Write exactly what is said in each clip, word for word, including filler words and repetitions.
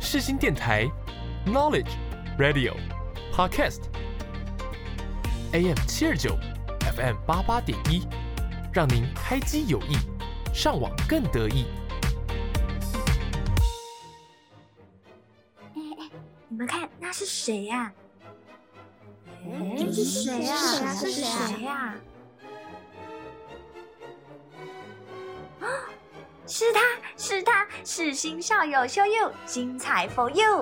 世新电台 Knowledge Radio Podcast A M 七二九 F M 八八点一，让您开机有益，上网更得意。 哎哎，你们看，那是谁呀？哎，是谁呀？是谁呀？啊，是他，是他，世新校友 show you， 精彩 for you。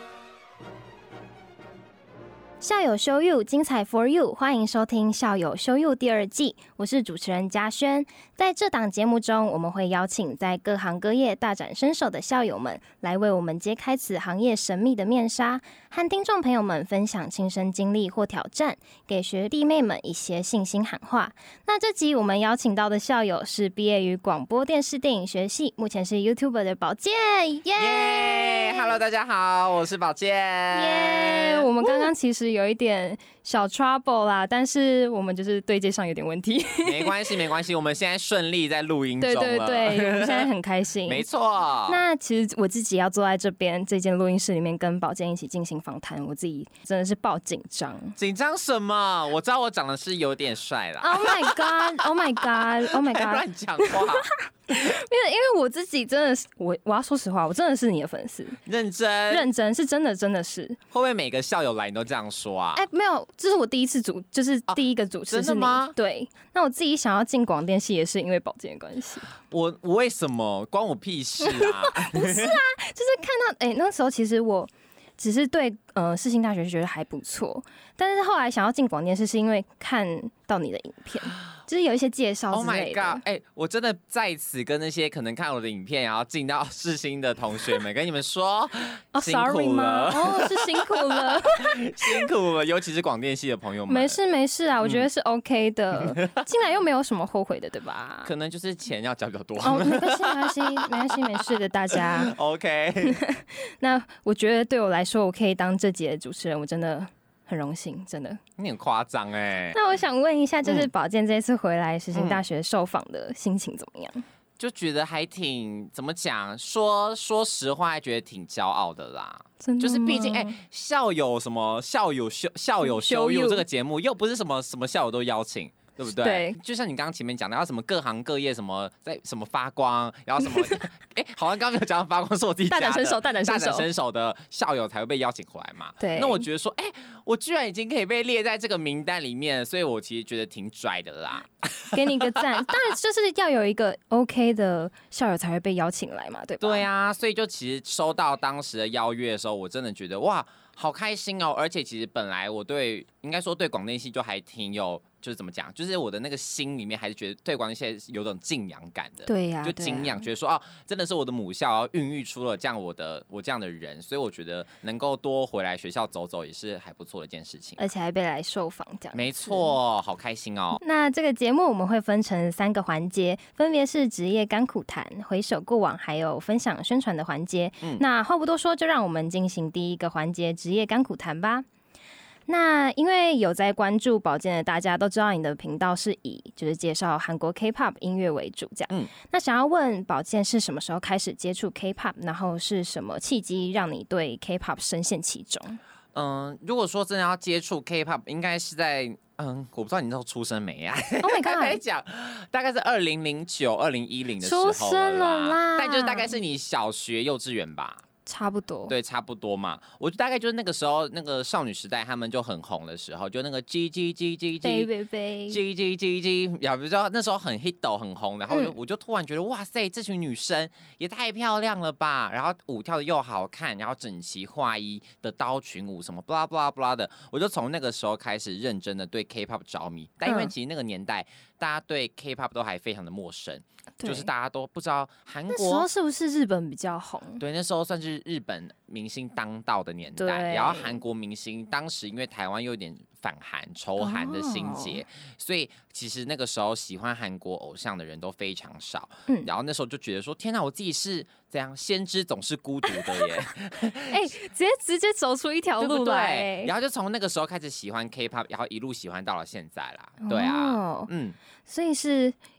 校友 show you 精彩 for you， 欢迎收听校友 show you 第二季，我是主持人嘉轩。在这档节目中，我们会邀请在各行各业大展身手的校友们，来为我们揭开此行业神秘的面纱，和听众朋友们分享亲身经历或挑战，给学弟妹们一些信心喊话。那这集我们邀请到的校友是毕业于广播电视电影学系，目前是 YouTuber 的宝健，耶、 yeah! Hello， 大家好，我是宝健， 耶、yeah! 我们刚刚其实有一点小 trouble 啦，但是我们就是对接上有点问题。 没关系，没关系，我们现在顺利在录音中了。 对对对，我们现在很开心。 没错。 那其实我自己要坐在这边这间录音室里面跟宝健一起进行访谈，我自己真的是爆紧张。 紧张什么？我知道我长得是有点帅啦。 Oh my god! Oh my god! Oh my god! 乱讲话。 因为因为我自己真的是我我要说实话，我真的是你的粉丝， 认真认真是真的真的是。 会不会每个校友来你都这样说啊？ 哎、欸，没有，这是我第一次主，就是第一个主持是你、哦、真的吗？对，那我自己想要进广电系也是因为宝健的关系。 我我为什么关我屁事啊？ 不是啊，就是看到哎、欸，那时候其实我只是对呃世新大学觉得还不错，但是后来想要进广电系是因为看到你的影片。就是有一些介绍之类的。 Oh my god！ 哎、欸，我真的在此跟那些可能看我的影片，然后进到世新的同学们，跟你们说， 哦、 辛苦了 ，sorry 吗？哦，是辛苦了， 辛苦了，尤其是广电系的朋友们。 没事没事啊，我觉得是 OK 的，进、嗯、来又没有什么后悔的，对吧？ 可能就是钱要交比较多。 哦，没关系没关系没关系没事的，大家。 OK 。 那我觉得对我来说，我可以当这集的主持人，我真的。很荣幸，真的。 你很夸张哎。 那我想问一下，就是宝健这次回来世新大学受访的心情怎么样？嗯、 就觉得还挺怎么讲，说说实话，还觉得挺骄傲的啦。 真的就是毕竟哎、欸，校友什么校友秀校友show you这个节目，又不是什么什么校友都邀请。对不对？ 对， 就像你刚刚前面讲的，要什么各行各业什么在什么发光，然后什么，哎、欸，好像刚刚没有讲到发光是我自己加的， 大展身手，大展身手， 大展身手的校友才会被邀请回来嘛。 对， 那我觉得说，哎、欸，我居然已经可以被列在这个名单里面，所以我其实觉得挺拽的啦。 给你一个赞，当然就是要有一个 OK 的校友才会被邀请来嘛，对吧？ 对啊，所以就其实收到当时的邀约的时候，我真的觉得哇，好开心哦！而且其实本来我对应该说对广电系就还挺有。就是怎么讲，就是我的那个心里面还是觉得对广电系有种敬仰感的， 对呀、啊， 就敬仰，觉得说哦，真的是我的母校，孕育出了这样我的我这样的人，所以我觉得能够多回来学校走走也是还不错的一件事情， 而且还被来受访这样。 没错，好开心哦。 那这个节目我们会分成三个环节，分别是职业甘苦谈、回首过往，还有分享宣传的环节。嗯、那话不多说，就让我们进行第一个环节——职业甘苦谈吧。那因为有在关注宝健的大家都知道，你的频道是以就是介绍韩国 K-pop 音乐为主，这样。嗯。那想要问宝健是什么时候开始接触 K-pop， 然后是什么契机让你对 K-pop 深陷其中？ 嗯，如果说真的要接触 K-pop， 应该是在嗯，我不知道你那时候出生没啊 ？Oh my god！ 来讲，大概是二零零九、二零一零的时候了出生了啦， 但就是大概是你小学、幼稚园吧。 差不多， 对，差不多嘛。我大概就是那个时候，那个少女时代他们就很红的时候，就那个 G G G G G G G G G G， 然后比如说那时候很 hit 很红，然后我就、嗯、我就突然觉得哇塞，这群女生也太漂亮了吧，然后舞跳的又好看，然后整齐划一的刀群舞什么 blah blah blah 的，我就从那个时候开始认真的对 K-pop 着迷。但因为其实那个年代、嗯、大家对 K-pop 都还非常的陌生，就是大家都不知道韩国那时候是不是日本比较红？ 对，那时候算是日本明星当道的年代，然后韩国明星当时因为台湾又有点反韩仇韩的心结、哦，所以其实那个时候喜欢韩国偶像的人都非常少。嗯，然后那时候就觉得说，天哪，我自己是这样，先知总是孤独的耶。 哎、欸，直接直接走出一条路来、欸， 然后就从那个时候开始喜欢 K-pop， 然后一路喜欢到了现在啦。对啊， 哦、嗯，所以是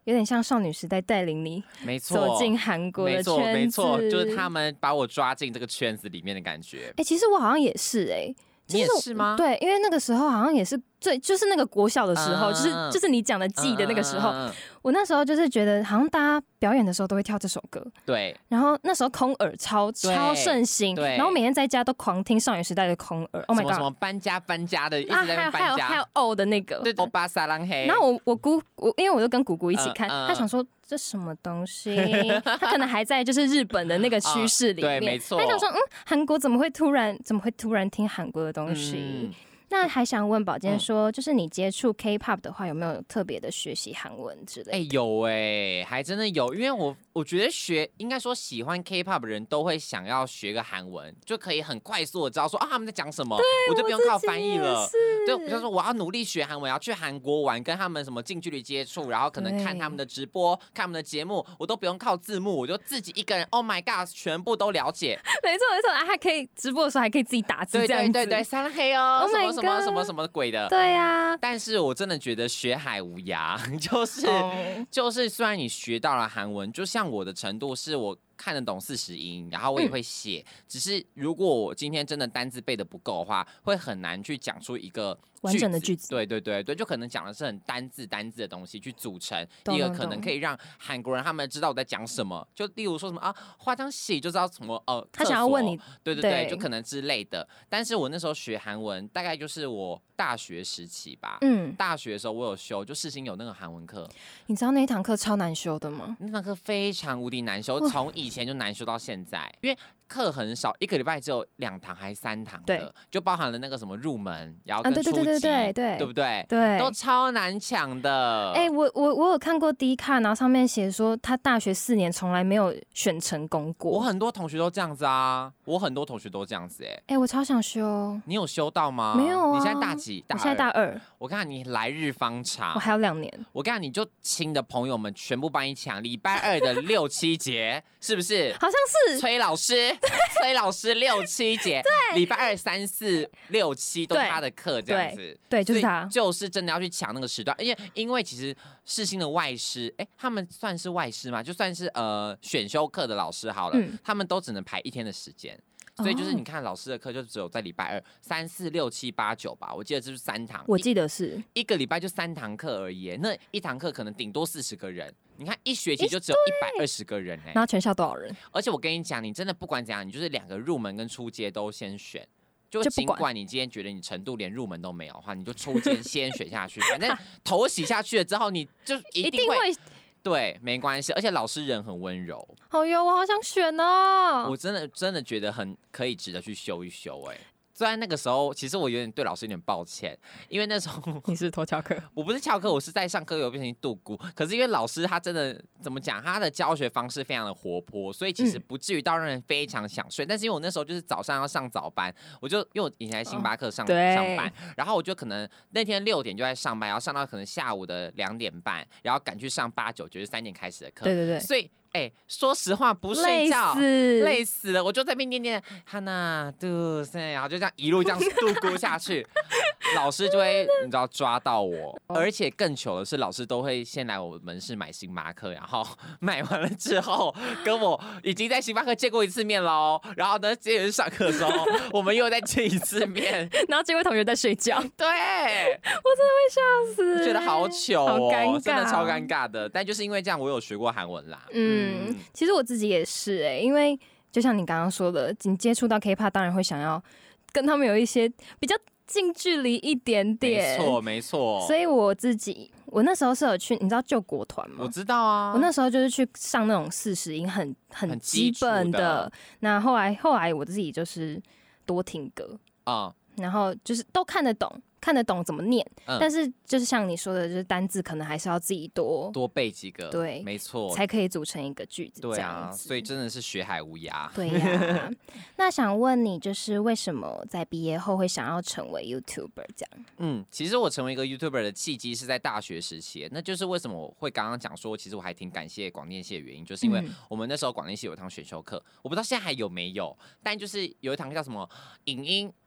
有点像少女时代带领你没错走进韩国的圈子， 没错没错，就是他们把我抓进这个圈子里面的感觉。 哎、欸，其实我好像也是哎、欸。 你也是吗？ 对，因为那个时候好像也是最，就是那个国小的时候，嗯、就是就是你讲的记的那个时候、嗯嗯嗯，我那时候就是觉得好像大家表演的时候都会跳这首歌， 对。 然后那时候空耳超超盛行， 对。 然后每天在家都狂听少女时代的空耳 ，Oh my god， 什么搬家搬家的，一直在那搬家， 啊、还有还有哦的那个， 对，欧巴撒浪黑。 然后我我姑我因为我就跟姑姑一起看， 嗯嗯、 她想说。这什么东西？他可能还在就是日本的那个趋势里面， 啊、对，没错。 他想说，嗯，韩国怎么会突然怎么会突然听韩国的东西？嗯、那还想问宝坚说，嗯、就是你接触 K-pop 的话，有没有特别的学习韩文之类的？ 哎、欸，有哎、欸，还真的有，因为我我觉得学应该说喜欢 K-pop 的人都会想要学个韩文，就可以很快速的知道说啊他们在讲什么，我就不用靠翻译了。对，比如说我要努力学韩文，要去韩国玩，跟他们什么近距离接触，然后可能看他们的直播，看他们的节目，我都不用靠字幕，我就自己一个人 ，Oh my God， 全部都了解。 没错没错，啊，还可以直播的时候还可以自己打字， 对这样子。 对对对，三黑哦， oh、 什么什么什么什么鬼的。 对呀、啊。 但是我真的觉得学海无涯，就是、oh. 就是虽然你学到了韩文，就像我的程度是我。看得懂四十音，然后我也会写、嗯，只是如果我今天真的单字背得不够的话，会很难去讲出一个完整的句子。 对对对对，就可能讲的是很单字单字的东西去组成一个可能可以让韩国人他们知道我在讲什么。就例如说什么啊，化妆洗就知道什么呃， 他想要问你， 对对 对, 对，就可能之类的。但是我那时候学韩文，大概就是我大学时期吧。嗯，大学的时候我有修，就世新有那个韩文课。 你知道那一堂课超难修的吗？ 那堂课非常无敌难修，从以前就难修到现在，因为课很少，一个礼拜只有两堂还三堂的，就包含了那个什么入门，然后跟初级，啊、对, 对, 对, 对, 对, 对不对？ 对， 都超难抢的。 哎、欸，我我我有看过 D 卡，然后上面写说他大学四年从来没有选成功过。 我很多同学都这样子啊，我很多同学都这样子、欸。哎， 哎，我超想修。 你有修到吗？ 没有啊。 你现在大几？大二。 我现在大二。 我看你来日方长， 我还有两年。 我看你就亲的朋友们全部帮你抢，礼拜二的六七节是不是？ 好像是。 崔老师，崔老师六七节， 对， 礼拜二三四六七都是他的课，这样子。 对，对就是他， 就是真的要去抢那个时段，因为因为其实世新的外师，哎、欸，他们算是外师吗？就算是呃选修课的老师好了、嗯，他们都只能排一天的时间。所以就是你看老师的课就只有在礼拜二三四六七八九吧，我记得这是三堂， 我记得是一, 一个礼拜就三堂课而已，那一堂课可能顶多四十个人，你看一学期就只有一百二十个人哎， 然后全校多少人？ 而且我跟你讲，你真的不管怎样，你就是两个入门跟初阶都先选。就尽管你今天觉得你程度连入门都没有的话，你就初阶先选下去，反正头洗下去了之后，你就一定会。对，没关系，而且老师人很温柔。 好哟，我好想选哦！ 我真的真的觉得很可以值得去修一修哎。虽然那个时候，其实我有点对老师有点抱歉，因为那时候你是偷翘课， 我不是翘课，我是在上课有变成度孤。可是因为老师他真的怎么讲，他的教学方式非常的活泼，所以其实不至于到让人非常想睡。嗯、但是因为我那时候就是早上要上早班，我就因为我以前在星巴克上、哦、上班，然后我就可能那天六点就在上班，然后上到可能下午的两点半，然后赶去上八九就是三点开始的课。 对对对， 所以。哎、欸，说实话，不睡觉累死, 累死了，我就在那边念念哈娜杜塞，然后就这样一路这样度过下去，老师就会你知道抓到我，而且更糗的是，老师都会先来我门市买星巴克，然后买完了之后，跟我已经在星巴克见过一次面喽，然后呢，接着上课的时候，我们又再见一次面， 然后这位同学在睡觉， 对， 我真的会笑死， 觉得好糗哦， 好尴尬， 真的超尴尬的，但就是因为这样，我有学过韩文啦， 嗯。嗯，其实我自己也是哎、欸，因为就像你刚刚说的，你接触到 K-pop， 当然会想要跟他们有一些比较近距离一点点， 没错没错。 所以我自己，我那时候是有去，你知道救国团吗？ 我知道啊， 我那时候就是去上那种四十音很很基本的，的那后来后来我自己就是多听歌啊、嗯，然后就是都看得懂。看得懂怎么念、嗯，但是就是像你说的，就是单字可能还是要自己多多背几个， 对， 没错， 才可以组成一个句子。 对啊，所以真的是学海无涯。 对呀、啊，那想问你，就是为什么在毕业后会想要成为 YouTuber 这样？ 嗯，其实我成为一个 YouTuber 的契机是在大学时期，那就是为什么我会刚刚讲说，其实我还挺感谢广电系的原因，就是因为我们那时候广电系有一堂选修课，我不知道现在还有没有，但就是有一堂叫什么影音。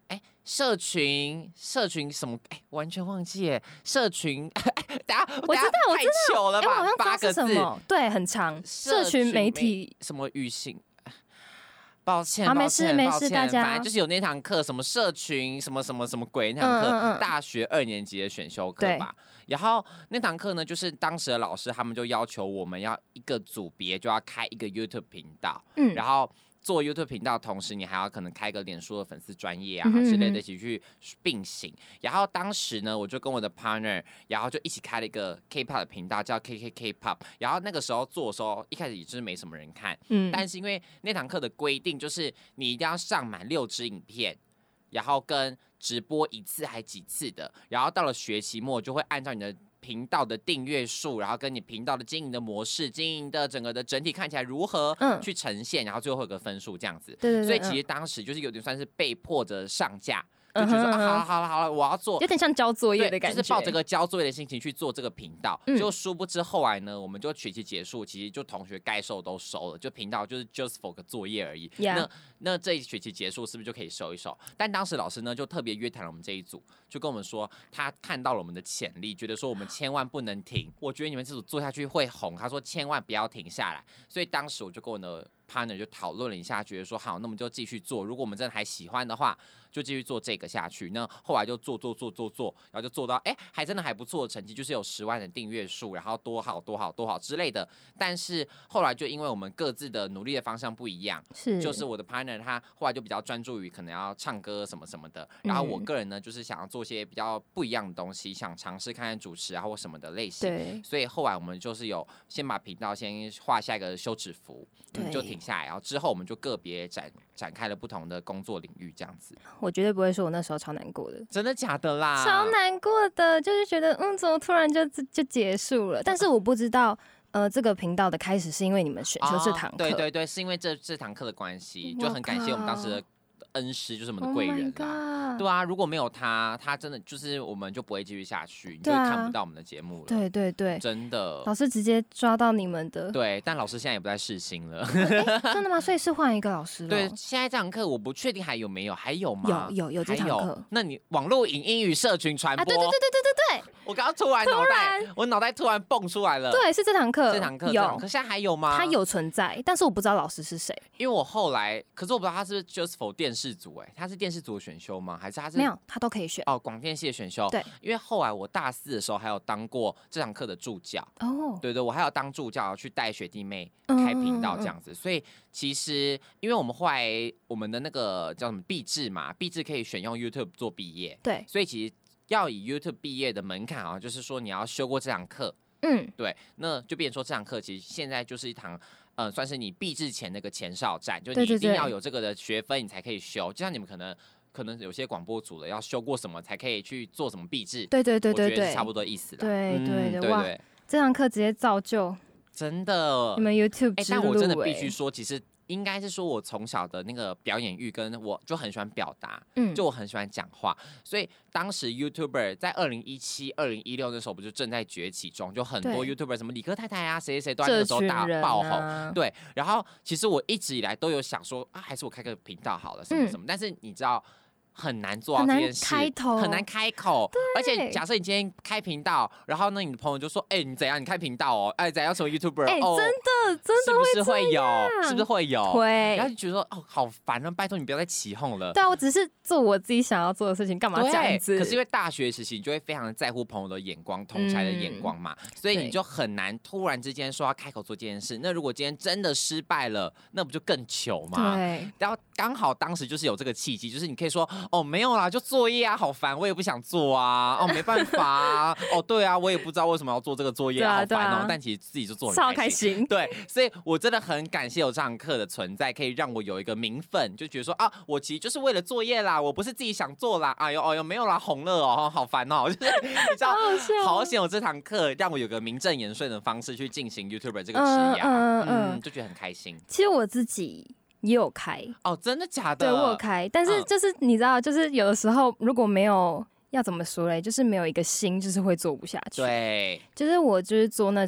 哎，社群社群什么？哎，完全忘记耶。社群，等下我知道，我知道， 太糗了吧？ 哎，我好像知道八个字， 是什么，对，很长。社群媒体什么语性？抱歉， 好， 抱没事歉， 没事， 抱歉大家反正就是有那堂课，什么社群，什么什么什么鬼那堂课， 嗯嗯嗯大学二年级的选修课吧。然后那堂课呢，就是当时的老师他们就要求我们要一个组别就要开一个 YouTube 频道，嗯，然后做 YouTube 频道的同时，你还要可能开个脸书的粉丝专页啊、嗯、之类的，一起去并行。然后当时呢，我就跟我的 partner， 然后就一起开了一个 K-pop 的频道，叫 K K K-pop。然后那个时候做的时候，一开始也就是没什么人看，嗯，但是因为那堂课的规定就是你一定要上满六支影片，然后跟直播一次还几次的，然后到了学期末就会按照你的频道的订阅数，然后跟你频道的经营的模式、经营的整个的整体看起来如何去呈现，嗯、然后最后会有个分数这样子。 对对对。 所以其实当时就是有点算是被迫着上架。就觉得说、嗯、啊，好了好了好了，我要做， 有点像交作业的感觉， 就是抱着个交作业的心情去做这个频道。嗯、就殊不知后来呢，我们就学期结束，其实就同学该收都收了，就频道就是 just for 个作业而已。Yeah. 那那这一学期结束是不是就可以收一收？但当时老师呢就特别约谈了我们这一组，就跟我们说他看到了我们的潜力，觉得说我们千万不能停。我觉得你们这组做下去会红，他说千万不要停下来。所以当时我就跟我的 partner 就讨论了一下，觉得说好，那我们就继续做。如果我们真的还喜欢的话，就继续做这个下去。那后来就做做做做做，然后就做到哎、欸，还真的还不错的成绩，就是有十万的订阅数，然后多好多好多好之类的。但是后来就因为我们各自的努力的方向不一样，是就是我的 partner 他后来就比较专注于可能要唱歌什么什么的，然后我个人呢就是想要做些比较不一样的东西，想尝试看看主持啊或什么的类型。对，所以后来我们就是有先把频道先画下一个休止符，嗯，就停下来，然后之后我们就个别展展开了不同的工作领域，这样子。 我绝对不会说我那时候超难过的， 真的假的啦？ 超难过的，就是觉得嗯，怎么突然就就结束了？但是我不知道，呃，这个频道的开始是因为你们选修这堂课、哦， 对对对，是因为这这堂课的关系，就很感谢我们当时的恩师，就是我们的贵人啦。Oh、对啊，如果没有他，他真的就是我们就不会继续下去，你就会看不到我们的节目了。 对对对， 真的， 老师直接抓到你们的。 对，但老师现在也不在世新了。 欸、真的吗？所以是换一个老师了。 对，现在这堂课我不确定还有没有，还有吗？ 有有有这堂课。 那你网络影音与社群传播？啊， 对对对对对对对。 我刚刚突然脑袋，我脑袋突然蹦出来了。 对，是这堂课， 这堂课有。 可现在还有吗？ 它有存在，但是我不知道老师是谁。 因为我后来，可是我不知道他是 just for 电视组，哎，他是电视组的选修吗？还是他是没有？他都可以选。 哦，广电系的选修。对，因为后来我大四的时候还有当过这堂课的助教。哦，对对，我还有当助教去带学弟妹开频道这样子，嗯嗯嗯，所以其实因为我们后来我们的那个叫什么毕制嘛，毕制可以选用 YouTube 做毕业。对，所以其实要以 YouTube 毕业的门槛啊，就是说你要修过这堂课。嗯，对，那就变成说这堂课其实现在就是一堂，呃，算是你毕制前那个前哨战，就你一定要有这个的学分，你才可以修。就像你们可能可能有些广播组的要修过什么才可以去做什么毕制，对对对对对，我觉得是差不多意思啦。对对对，嗯、对哇， 这堂课直接造就真的你们 YouTube 之路、欸。 但我真的必须说，其实。应该是说，我从小的那个表演欲，跟我就很喜欢表达，嗯，就我很喜欢讲话，所以当时 YouTuber 在二零一七、二零一六那时候不就正在崛起中，就很多 YouTuber 什么理科太太啊，谁谁谁都在那个时候大爆红，啊、对。然后其实我一直以来都有想说啊，还是我开个频道好了，什么什么。嗯、但是你知道。很难做到这件事， 很难开头， 很难开口。而且假设你今天开频道，然后呢，你的朋友就说：“哎、欸，你怎样？你开频道哦？哎，怎样什么 YouTuber？ 哎、欸哦，真的，真的是不是会有？是不是会有？ 会。 然后就觉得说：哦，好烦啊！拜托你不要再起哄了。 对啊，我只是做我自己想要做的事情，干嘛这样子？ 可是因为大学时期，你就会非常的在乎朋友的眼光、同侪的眼光嘛，嗯、所以你就很难突然之间说要开口做这件事。那如果今天真的失败了，那不就更糗吗？对。然后刚好当时就是有这个契机，就是你可以说：哦，没有啦，就。作业啊，好烦，我也不想做啊。哦，没办法啊。哦，对啊，我也不知道为什么要做这个作业，啊、好烦哦。啊、但其实自己就做得很开心，超开心。对，所以我真的很感谢有这堂课的存在，可以让我有一个名分，就觉得说啊，我其实就是为了作业啦，我不是自己想做啦。哎呦，哎呦，没有啦，红了哦，好烦哦。就是你知道，好, 好险有这堂课，让我有个名正言顺的方式去进行 YouTuber 这个职业，嗯, 嗯, 嗯，就觉得很开心。 其实我自己。也有开哦，真的假的？ 对，我有开，但是就是、嗯、你知道，就是有的时候如果没有要怎么说嘞，就是没有一个心，就是会做不下去。 对， 就是我就是做那种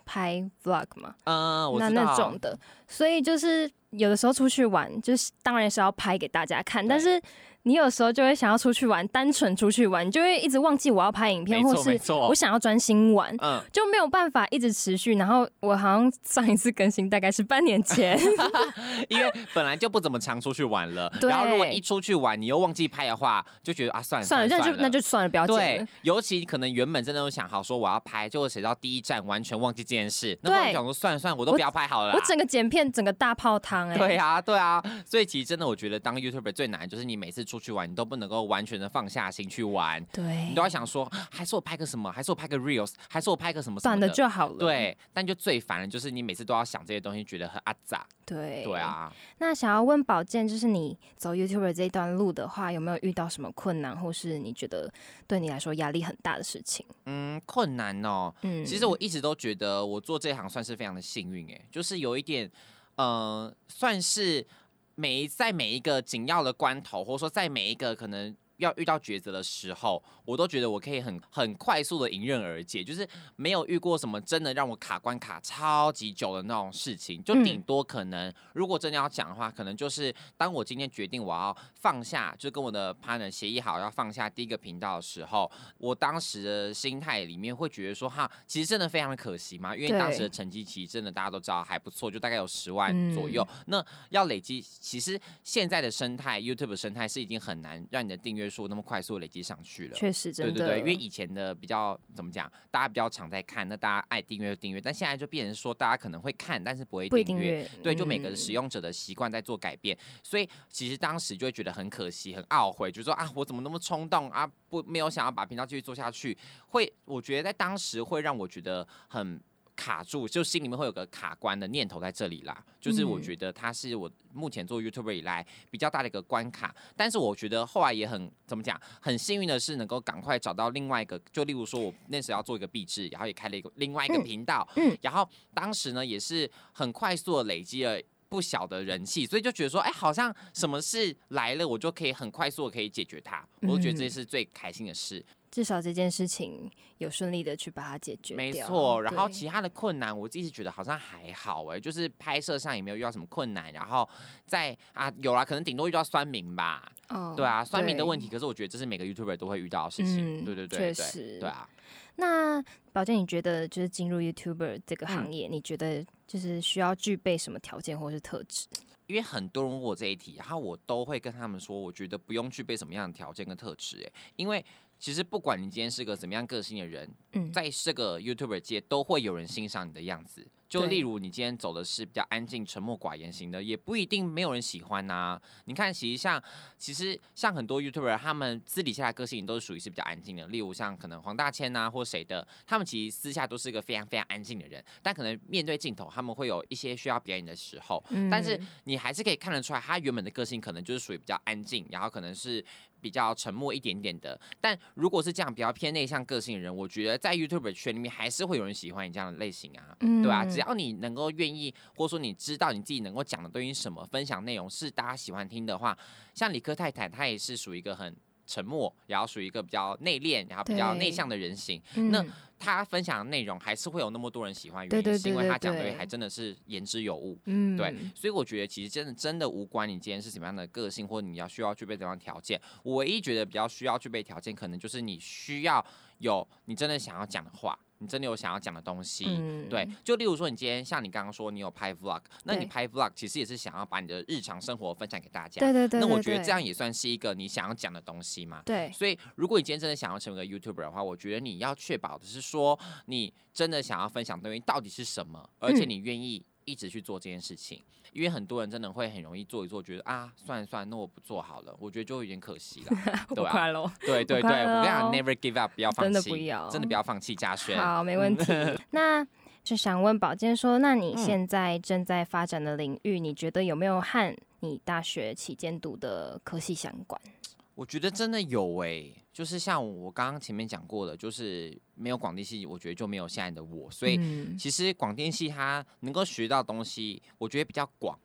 拍 vlog 嘛， 嗯，我那知道那种的，所以就是有的时候出去玩，就是当然是要拍给大家看，但是你有时候就会想要出去玩，单纯出去玩，你就会一直忘记我要拍影片， 没或是错没错我想要专心玩， 嗯， 就没有办法一直持续。然后我好像上一次更新大概是半年前， 因为本来就不怎么常出去玩了， 对然后如果一出去玩你又忘记拍的话，就觉得啊算了算了，那算就那就算了，不要剪对了。， 尤其可能原本真的有想好说我要拍，结果谁知道第一站完全忘记这件事，那后来想说算了算了，我都不要拍好了啦。 我整个剪片整个大泡汤哎、欸， 对啊，对啊，所以其实真的，我觉得当 YouTuber 最难的就是你每次出去玩，你都不能够完全的放下心去玩， 对你都要想说，还是我拍个什么，还是我拍个 reels，还是我拍个什么什么短的就好了。 对，但就最烦的就是你每次都要想这些东西，觉得很阿杂。 对对啊， 那想要问宝健，就是你走 YouTuber 这一段路的话，有没有遇到什么困难，或是你觉得对你来说压力很大的事情？ 嗯，困难哦。 嗯， 其实我一直都觉得我做这行算是非常的幸运，哎，就是有一点，呃，算是每一在每一个紧要的关头，或者说在每一个可能要遇到抉择的时候，我都觉得我可以很很快速的迎刃而解，就是没有遇过什么真的让我卡关卡超级久的那种事情，就顶多可能、嗯、如果真的要讲的话，可能就是当我今天决定我要放下，就跟我的 partner 协议好要放下第一个频道的时候，我当时的心态里面会觉得说哈，其实真的非常的可惜嘛，因为当时的成绩其实真的大家都知道还不错，就大概有十万左右、嗯、那要累积，其实现在的生态 YouTube 的生态是已经很难让你的订阅数那么快速累积上去了， 确实真的， 对对对，因为以前的比较怎么讲，大家比较常在看，那大家爱订阅就订阅，但现在就变成说大家可能会看，但是不会订阅，对，就每个使用者的习惯在做改变、嗯，所以其实当时就会觉得很可惜、很懊悔，就说啊，我怎么那么冲动啊，不没有想要把频道继续做下去，会我觉得在当时会让我觉得很。卡住，就心里面会有个卡关的念头在这里啦。就是我觉得它是我目前做 YouTuber 以来比较大的一个关卡，但是我觉得后来也很怎么讲，很幸运的是能够赶快找到另外一个，就例如说我那时候要做一个壁纸，然后也开了一个另外一个频道、嗯嗯，然后当时呢也是很快速的累积了不小的人气，所以就觉得说，哎、欸，好像什么事来了，我就可以很快速的可以解决它，我就觉得这是最开心的事。 至少这件事情有顺利的去把它解决掉， 没错。然后其他的困难，我自己觉得好像还好哎、欸，就是拍摄上也没有遇到什么困难。然后在啊有啦，可能顶多遇到酸民吧，哦、对啊，酸民的问题。可是我觉得这是每个 YouTuber 都会遇到的事情，嗯、对对对， 确实， 对啊。 那宝健，你觉得就是进入 YouTuber 这个行业、嗯，你觉得就是需要具备什么条件或是特质？ 因为很多人问我这一题，然后我都会跟他们说，我觉得不用具备什么样的条件跟特质，哎，因为其实不管你今天是个怎么样个性的人，嗯，在这个 YouTuber 界都会有人欣赏你的样子。就例如你今天走的是比较安静、沉默寡言型的，也不一定没有人喜欢呐、啊。你看，其实像其实像很多 YouTuber， 他们私底下的个性都是属于是比较安静的。例如像可能黄大千啊，或谁的，他们其实私下都是一个非常非常安静的人，但可能面对镜头，他们会有一些需要表演的时候。嗯、但是你还是可以看得出来，他原本的个性可能就是属于比较安静，然后可能是比较沉默一点点的。但如果是这样比较偏内向个性的人，我觉得在 YouTuber 圈里面还是会有人喜欢你这样的类型啊，嗯、对吧、啊？只要你能够愿意，或者说你知道你自己能够讲的东西是什么，分享内容是大家喜欢听的话，像理科太太，她也是属于一个很沉默，然后属于一个比较内敛，然后比较内向的人型。那他分享的内容还是会有那么多人喜欢，原因是因为他讲的还真的是言之有物。嗯，对，所以我觉得其实真的真的无关你今天是什么样的个性，或者你要需要具备怎样的条件。我唯一觉得比较需要具备条件，可能就是你需要有你真的想要讲的话。你真的有想要讲的东西、嗯，对，就例如说，你今天像你刚刚说，你有拍 vlog， 那你拍 vlog 其实也是想要把你的日常生活分享给大家， 对对 对, 對。 那我觉得这样也算是一个你想要讲的东西嘛， 对。 所以，如果你今天真的想要成为一个 YouTuber 的话，我觉得你要确保的是说，你真的想要分享的东西到底是什么，而且你愿意一直去做这件事情。嗯，因为很多人真的会很容易做一做，觉得啊，算了算了，那我不做好了，我觉得就有点可惜了，对吧、啊？对对对，我跟你讲 ，never give up， 不要放弃，真的不要，真的不要放弃，嘉轩。 好，没问题。那就想问宝健说，那你现在正在发展的领域，嗯、你觉得有没有和你大学期间读的科系相关？ 我觉得真的有诶、欸，就是像我刚刚前面讲过的，就是没有广电系，我觉得就没有现在的我。所以其实广电系它能够学到的东西，我觉得比较广。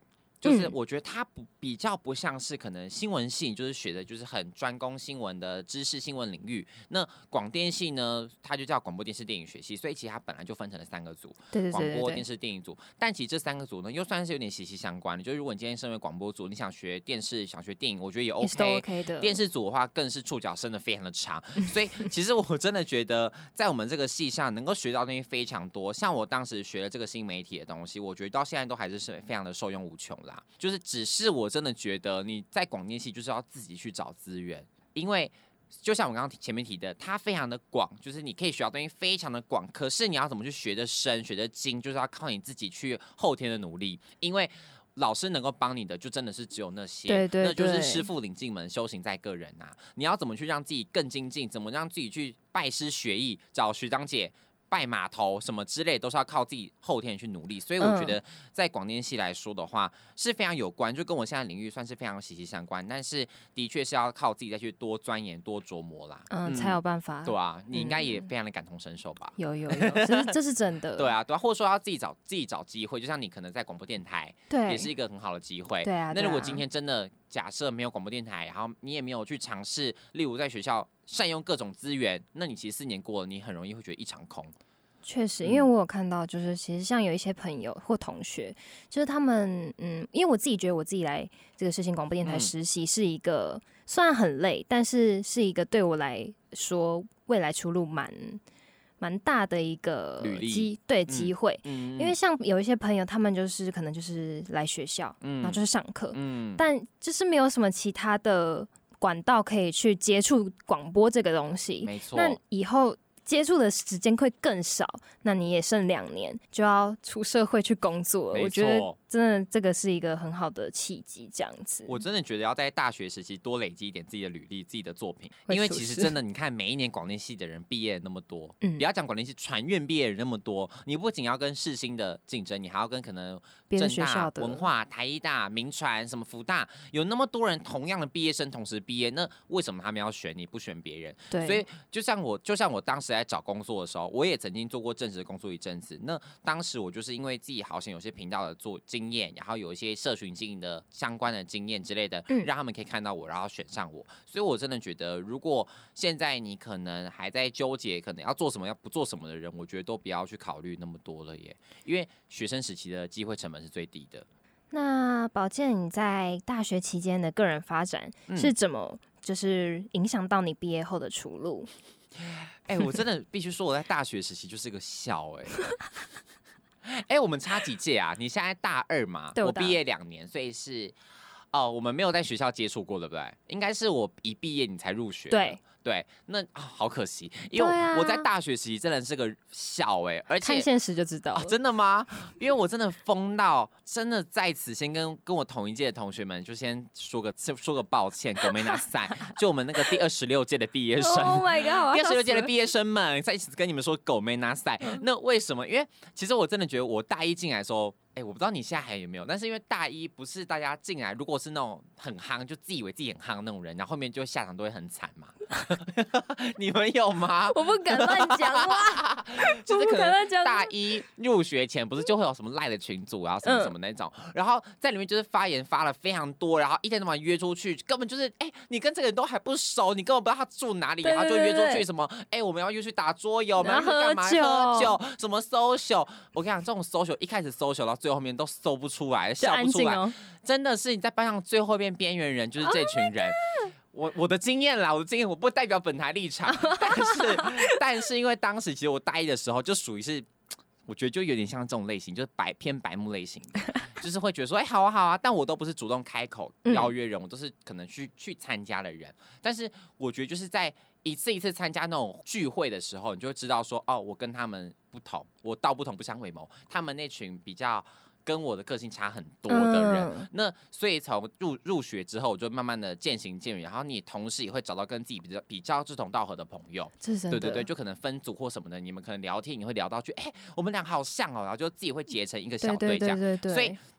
就是我觉得它不比较不像是可能新闻系，就是学的就是很专攻新闻的知识新闻领域。那广电系呢，它就叫广播电视电影学系，所以其实它本来就分成了三个组， 对对对广播电视电影组。但其实这三个组呢，又算是有点息息相关的。就是如果你今天身为广播组，你想学电视、想学电影，我觉得也 OK。 也是都 OK 的。 电视组的话，更是触角伸得非常的长。所以其实我真的觉得，在我们这个系上能够学到的东西非常多。像我当时学了这个新媒体的东西，我觉得到现在都还是非常的受用无穷啦。就是只是我真的觉得你在广电系就是要自己去找资源，因为就像我刚刚前面提的，它非常的广，就是你可以学到东西非常的广，可是你要怎么去学得深、学得精，就是要靠你自己去后天的努力，因为老师能够帮你的就真的是只有那些， 对对对， 那就是师傅领进门，修行在个人啊。你要怎么去让自己更精进，怎么让自己去拜师学艺，找学长姐拜码头什么之类，都是要靠自己后天去努力。所以我觉得在广电系来说的话，嗯、是非常有关，就跟我现在领域算是非常息息相关。但是的确是要靠自己再去多钻研、多琢磨啦， 嗯，嗯才有办法。 对啊，你应该也非常的感同身受吧？ 嗯、有有有，这是这是真的。 对啊，对啊，或者说要自己找自己找机会，就像你可能在广播电台， 对， 也是一个很好的机会。 对啊。 那如果今天真的假设没有广播电台，然后你也没有去尝试，例如在学校善用各种资源，那你其实四年过了，你很容易会觉得一场空。 确实，因为我有看到，就是其实像有一些朋友或同学，就是他们，嗯，因为我自己觉得我自己来这个世新广播电台实习是一个、嗯、虽然很累，但是是一个对我来说未来出路蛮蛮大的一个机对机会、嗯嗯。因为像有一些朋友，他们就是可能就是来学校，嗯、然后就是上课、嗯，但就是没有什么其他的管道可以去接触广播这个东西。 没错， 那以后接触的时间会更少，那你也剩两年就要出社会去工作了。我觉得真的这个是一个很好的契机，这样子。 我真的觉得要在大学时期多累积一点自己的履历、自己的作品，因为其实真的，你看每一年广电系的人毕业那么多，嗯，不要讲广电系传院毕业人那么多，你不仅要跟世新的竞争，你还要跟可能政大、文化、台医大、民传、什么福大，有那么多人同样的毕业生同时毕业，那为什么他们要选你不选别人？ 对， 所以就像我，就像我当时在找工作的时候，我也曾经做过正职的工作一阵子。那当时我就是因为自己好像有些频道的做经验，然后有一些社群经营的相关的经验之类的，嗯、让他们可以看到我，然后选上我。所以我真的觉得，如果现在你可能还在纠结，可能要做什么要不做什么的人，我觉得都不要去考虑那么多了耶，因为学生时期的机会成本是最低的。 那宝健，你在大学期间的个人发展是怎么，就是影响到你毕业后的出路？ 哎、欸，我真的必须说，我在大学时期就是个笑哎、欸。哎、欸，我们差几届啊？你现在大二嘛，我毕业两年，所以是哦，我们没有在学校接触过，对不对？应该是我一毕业你才入学。 对。 对，那、哦、好可惜，因为我在大学时期真的是个笑哎、欸，而且看现实就知道了、 哦。真的吗？因为我真的疯到，真的在此先跟跟我同一届的同学们就先说个说个抱歉，狗没拿赛，就我们那个第二十六届的毕业生 ，Oh my god， 第二十六届的毕业生们在一起跟你们说狗没拿赛，那为什么？因为其实我真的觉得我大一进来的时候。哎、欸，我不知道你现在还有没有，但是因为大一不是大家进来，如果是那种很夯，就自以为自己很夯的那种人，然后后面就下场都会很惨嘛。你们有吗？ 我不敢乱讲话， 就是可能大一入学前不是就会有什么赖的群组，然后什么什么那种，嗯、然后在里面就是发言发了非常多，然后一天到晚约出去，根本就是哎、欸，你跟这个人都还不熟，你根本不知道他住哪里，然后就约出去什么，哎、欸，我们要约去打桌游，我们要去干嘛？喝酒，什么 social。我跟你讲，这种 social 一开始 social 到最后面都搜不出来，笑不出来，哦、真的是你在班上最后边边缘人就是这群人。Oh、我我的经验啦，我的经验我不代表本台立场，但是但是因为当时其实我大一的时候就属于是，我觉得就有点像这种类型，就是白偏白目类型的，就是会觉得说，哎、欸，好啊好啊，但我都不是主动开口邀约人，嗯、我都是可能去去参加的人。但是我觉得就是在一次一次参加那种聚会的时候，你就会知道说，哦，我跟他们不同，我道不同不相为谋。他们那群比较跟我的个性差很多的人，嗯、那所以从入入学之后，我就慢慢的渐行渐远。然后你同时也会找到跟自己比较比较志同道合的朋友， 对对对，就可能分组或什么的，你们可能聊天，你会聊到去，哎、欸，我们俩好像哦，然后就自己会结成一个小队这样。 对对对对对， 所以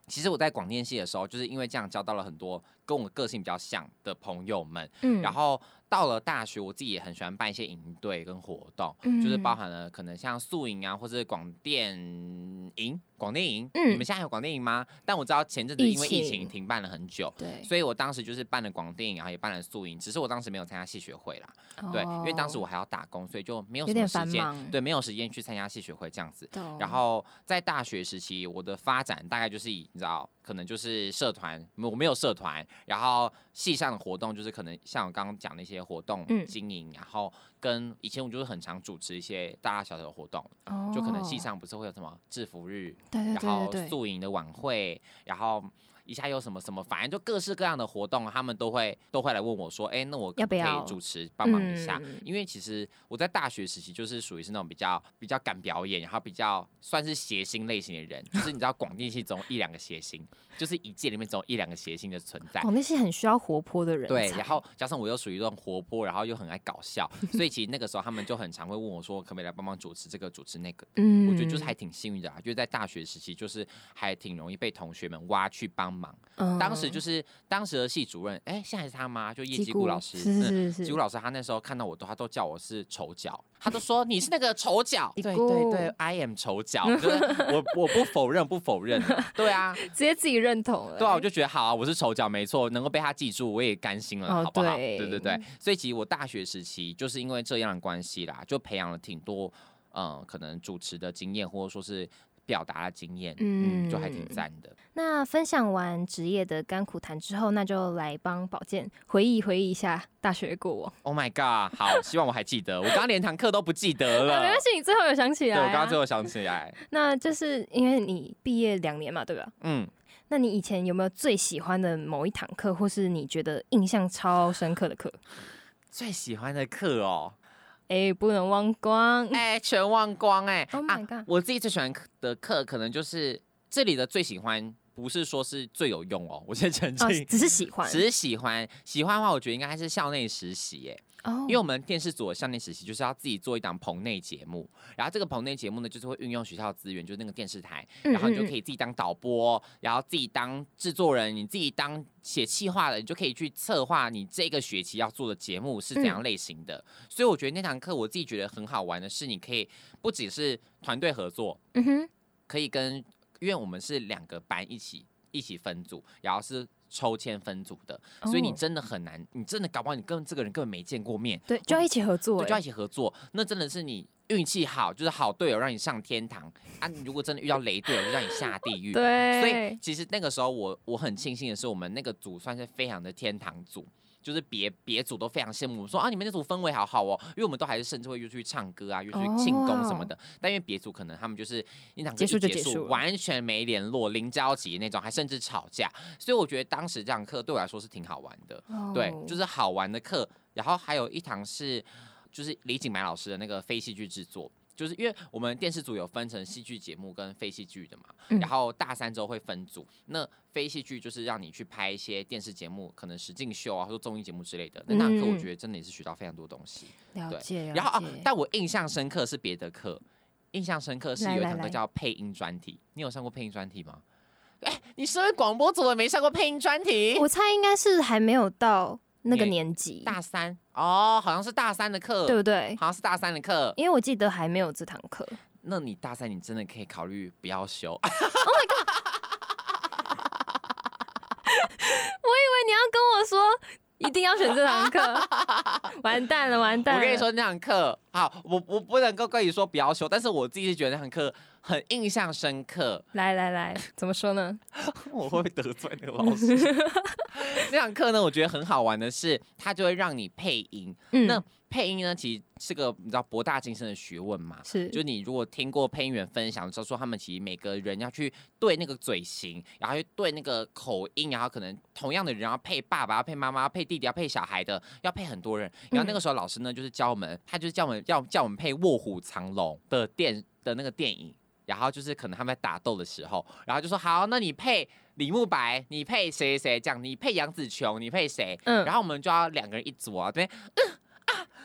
其实我在广电系的时候，就是因为这样交到了很多跟我个性比较像的朋友们， 嗯， 然后到了大学，我自己也很喜欢办一些营队跟活动， 嗯就是包含了可能像宿营啊，或者广电营、广电营。 嗯你们现在还有广电营吗？但我知道前阵子因为疫疫情情停办了很久， 对， 所以我当时就是办了广电营，然后也办了宿营，只是我当时没有参加系学会啦。对，因为当时我还要打工，所以就没有什么时间，对，没有时间去参加系学会这样子。然后在大学时期，我的发展大概就是以你知道，可能就是社团，我没有社团，然后系上的活动就是可能像我刚刚讲那些活动经营，嗯、然后跟以前我就是很常主持一些大大小小的活动，哦、就可能系上不是会有什么制服日， 对对对对对， 然后宿营的晚会，然后。一下有什么什么，反正就各式各样的活动，他们都会都会来问我说，哎、欸，那我可不可以主持帮忙一下？嗯、因为其实我在大学时期就是属于是那种比较比较敢表演，然后比较算是谐星类型的人，就是你知道广电系总有一两个谐星，就是一届里面总有一两个谐星的存在。 广电系很需要活泼的人， 对，然后加上我又属于这种活泼，然后又很爱搞笑，所以其实那个时候他们就很常会问我说，可不可以来帮忙主持这个主持那个？嗯，我觉得就是还挺幸运的啊，就是在大学时期就是还挺容易被同学们挖去帮忙。嗯当时就是当时的系主任，哎、欸，现在是他吗？就叶基固老师， 是是是， 基固老师他那时候看到我都，他都叫我是丑角，他都说你是那个丑角，对对对 ，I am 丑角，就是我我不否认不否认，对啊， 直接自己认同了， 对啊，我就觉得好啊，我是丑角没错，能够被他记住我也甘心了，哦、好不好？对对对，所以其实我大学时期就是因为这样的关系啦，就培养了挺多嗯可能主持的经验，或者说是。表达的经验，嗯，就还挺赞的。 那分享完职业的甘苦谈之后，那就来帮宝健回忆回忆一下大学过往。 Oh my god！ 好，希望我还记得。我刚刚连堂课都不记得了。 没关系，你最后有想起来、啊。 对，我刚刚最后想起来。 那就是因为你毕业两年嘛，对吧？嗯。那你以前有没有最喜欢的某一堂课，或是你觉得印象超深刻的课？ 最喜欢的课哦。 哎、欸，不能忘光！ 哎、欸，全忘光哎、欸！ Oh my god！、啊、 我自己最喜欢的课，可能就是这里的最喜欢，不是说是最有用哦。我先澄清、哦， 只是喜欢， 只是喜欢。喜欢的话，我觉得应该是校内实习哎。哦，因为我们电视组的校内实习就是要自己做一档棚内节目，然后这个棚内节目呢，就是会运用学校的资源，就是那个电视台，然后你就可以自己当导播，然后自己当制作人，你自己当写企划的，你就可以去策划你这个学期要做的节目是怎样类型的。嗯、所以我觉得那堂课我自己觉得很好玩的是，你可以不只是团队合作，嗯哼，可以跟，因为我们是两个班一起一起分组，然后是。抽签分组的，所以你真的很难，你真的搞不好你跟这个人根本没见过面， 对，就要一起合作， 对，就要一起合作，那真的是你运气好，就是好队友让你上天堂啊！你如果真的遇到雷队友，就让你下地狱。 对， 所以其实那个时候我我很庆幸的是，我们那个组算是非常的天堂组。就是别别组都非常羡慕我们说啊，你们那组氛围好好哦，因为我们都还是甚至会约出去唱歌啊，约出去庆功什么的。Oh. 但因为别组可能他们就是一堂课一结束， 结束完全没联络，零交集那种，还甚至吵架。所以我觉得当时这堂课对我来说是挺好玩的， oh. 对，就是好玩的课。然后还有一堂是就是李景埋老师的那个非戏剧制作。就是因为我们电视组有分成戏剧节目跟非戏剧的嘛，嗯、然后大三之后会分组。那非戏剧就是让你去拍一些电视节目，可能实境秀啊，或者综艺节目之类的。那那堂课我觉得真的也是学到非常多东西。 了解， 然后啊，但我印象深刻是别的课，印象深刻是有一堂课叫配音专题。你有上过配音专题吗？哎、欸，你身为广播组的没上过配音专题？ 我猜应该是还没有到。那个年级大三哦，好像是大三的课， 对不对？ 好像是大三的课， 因为我记得还没有这堂课。 那你大三，你真的可以考虑不要修。 Oh my god！ 我以为你要跟我说一定要选这堂课，完蛋了，完蛋了！ 我跟你说那堂课，好，我我不能够跟你说不要修，但是我自己是觉得那堂课很印象深刻。 来来来，怎么说呢？ 我会不会得罪那个老师？那堂课呢，我觉得很好玩的是，它就会让你配音。嗯、那配音呢，其实是个你知道博大精深的学问嘛。 是， 就你如果听过配音员分享，就说他们其实每个人要去对那个嘴型，然后去对那个口音，然后可能同样的人要配爸爸、要配妈妈、要配弟弟、要配小孩的，要配很多人。然后那个时候老师呢，就是教我们，他就是教我们要叫我们配《卧虎藏龙》的电的那个电影。然后就是可能他们在打斗的时候，然后就说好，那你配李慕白，你配谁谁这样，你配杨紫琼，你配谁？嗯，然后我们就要两个人一组啊，对，嗯啊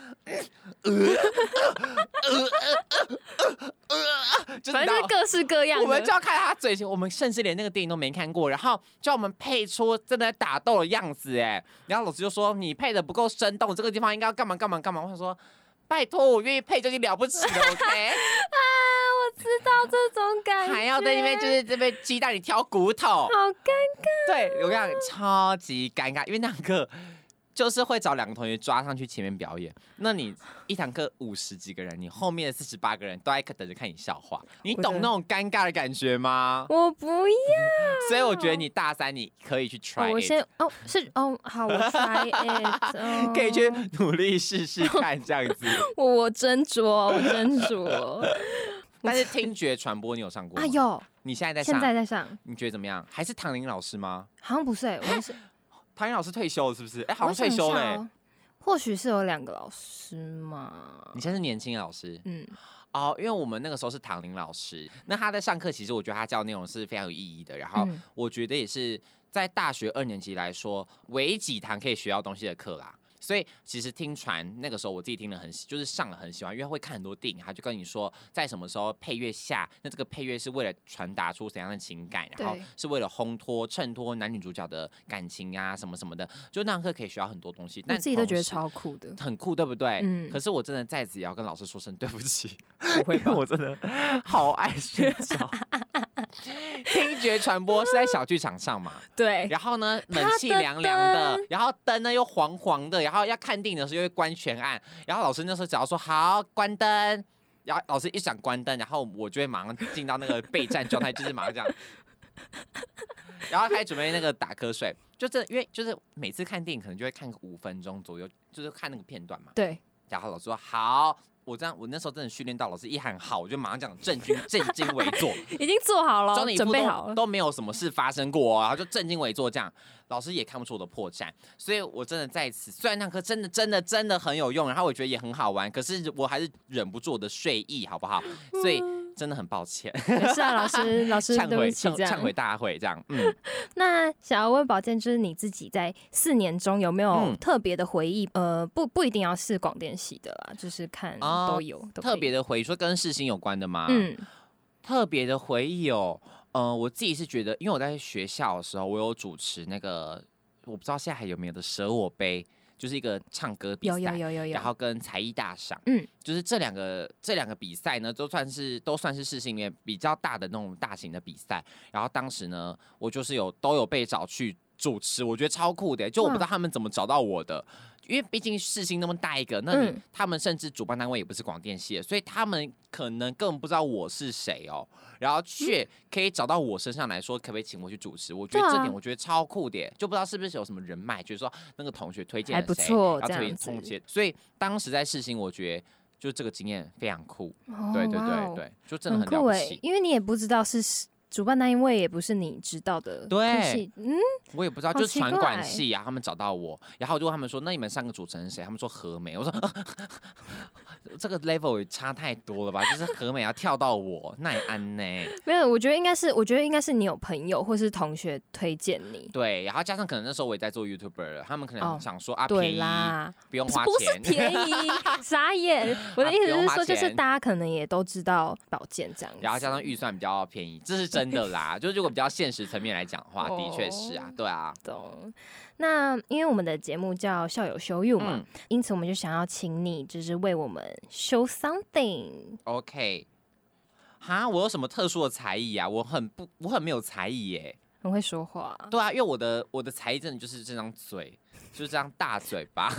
就是反正就是各式各样的。 我们就要看他嘴型，我们甚至连那个电影都没看过，然后叫我们配出真的在打斗的样子，哎，然后老师就说你配的不够生动，这个地方应该要干嘛干嘛干嘛。我想说，拜托，我愿意配就已经了不起了 ，OK？ 啊，我知道这种感觉， 还要在那边就是这边鸡蛋里挑骨头，好尴尬。 对，我跟你讲，超级尴尬，因为那堂课就是会找两个同学抓上去前面表演。那你一堂课五十几个人，你后面的四十八个人都在等着看你笑话，你懂那种尴尬的感觉吗？ 我不要。 所以我觉得你大三你可以去 try it。 我先哦是哦好，我 try it，哦、 可以去努力试试看这样子。 我我斟酌，我斟酌。 但是听觉传播你有上过吗？ 啊有。 你现在在上？ 现在在上。 你觉得怎么样？还是唐玲老师吗？ 好像不是、欸，我是唐玲老师退休了是不是？哎、欸，好像退休了、欸哦。或许是有两个老师嘛。 你现在是年轻老师， 嗯。 哦，因为我们那个时候是唐玲老师，那他在上课，其实我觉得他教的内容是非常有意义的。然后我觉得也是在大学二年级来说，唯几堂可以学到东西的课啦。所以其实听传那个时候我自己听了很就是上了很喜欢，因为会看很多电影，他就跟你说在什么时候配乐下，那这个配乐是为了传达出怎样的情感，然后是为了烘托衬托男女主角的感情啊什么什么的，就那堂课可以学到很多东西。但我自己都觉得超酷的， 很酷，对不对？嗯。可是我真的在此也要跟老师说声对不起，不会吧？我真的好爱睡觉。听觉传播是在小剧场上嘛？ 对。 然后呢，冷气凉凉的，然后灯呢又黄黄的，然后要看电影的时候又会关全暗，然后老师那时候只要说好关灯，然后老师一想关灯，然后我就会马上进到那个备战状态，就是马上这样，然后开始准备那个打瞌睡，就这因为就是每次看电影可能就会看个五分钟左右，就是看那个片段嘛。 对。 然后老师说好。我这样，我那时候真的训练到，老师一喊好，我就马上讲正襟正襟危坐， 已经做好了，准备好了， 都没有什么事发生过、哦，然后就正襟危坐这样，老师也看不出我的破绽，所以我真的在此，虽然那课真的真的真的很有用，然后我觉得也很好玩，可是我还是忍不住我的睡意，好不好？所以真的很抱歉。 是啊，老师，老师忏悔这样忏悔大会这样。嗯， 那想要问宝健，就是你自己在四年中有没有特别的回忆？嗯、呃，不不一定要是广电系的啦，就是看都有。 哦、特别的回忆，说跟世新有关的吗？ 嗯， 特别的回忆哦，呃，我自己是觉得，因为我在学校的时候，我有主持那个，我不知道现在还有没有的舍我杯。就是一个唱歌比赛， 有有有有有， 然后跟才艺大赏， 嗯， 就是这两个这两个比赛呢，都算是都算是世新里面比较大的那种大型的比赛。然后当时呢，我就是有都有被找去主持，我觉得超酷的，就我不知道他们怎么找到我的。因为毕竟世新那么大一个，那你、嗯、他们甚至主办单位也不是广电系的，所以他们可能根本不知道我是谁哦，然后却可以找到我身上来说，可不可以请我去主持？我觉得这点我觉得超酷的，就不知道是不是有什么人脉，就是说那个同学推荐了谁， 还不错， 然后特别同学，所以当时在世新，我觉得就这个经验非常酷，哦、对对对对，就真的很了不起， 因为你也不知道是。主办单位也不是你知道的， 对， 嗯， 我也不知道，就是传管系啊，他们找到我，然后就问他们说，那你们三个主持人谁？他们说何美，我说、啊、这个 level 也差太多了吧，就是何美要跳到我，那也安呢？ 没有，我觉得应该是，我觉得应该是你有朋友或是同学推荐你， 对，然后加上可能那时候我也在做 YouTuber 了，他们可能想说、哦、啊，便宜啦， 不用花钱， 不是便宜，傻眼。我的意思是说，就是大家可能也都知道保健这样子， 然后加上预算比较便宜，这是真的啦，就是如果比较现实层面来讲的话，的确是啊，对啊。 懂。那因为我们的节目叫校友 show you 嘛、嗯，因此我们就想要请你，就是为我们 show something。OK。 哈，我有什么特殊的才艺啊？我很不，我很没有才艺耶。 很会说话。 对啊，因为我的我的才艺真的就是这张嘴，就是这张大嘴巴。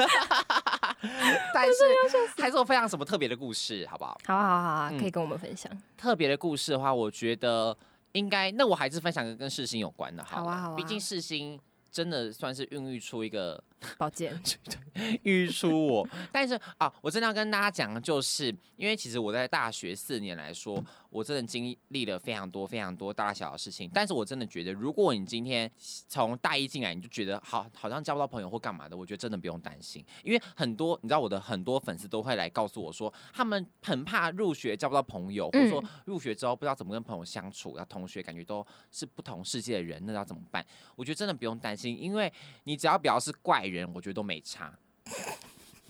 但是还是我分享什么特别的故事，好不好？ 好啊好啊好啊、嗯，可以跟我们分享。 特别的故事的话，我觉得应该，那我还是分享个跟世新有关的好了。 好啊好啊。 毕竟世新真的算是孕育出一个宝剑， 孕育出我。但是啊，我真的要跟大家讲的就是，因为其实我在大学四年来说，我真的经历了非常多非常多大大小小的事情。但是我真的觉得，如果你今天从大一进来，你就觉得好好像交不到朋友或干嘛的，我觉得真的不用担心，因为很多你知道我的很多粉丝都会来告诉我说，他们很怕入学交不到朋友，或者说入学之后不知道怎么跟朋友相处，然后同学感觉都是不同世界的人，那要怎么办？我觉得真的不用担心，因为你只要不要是怪人，我觉得都没差。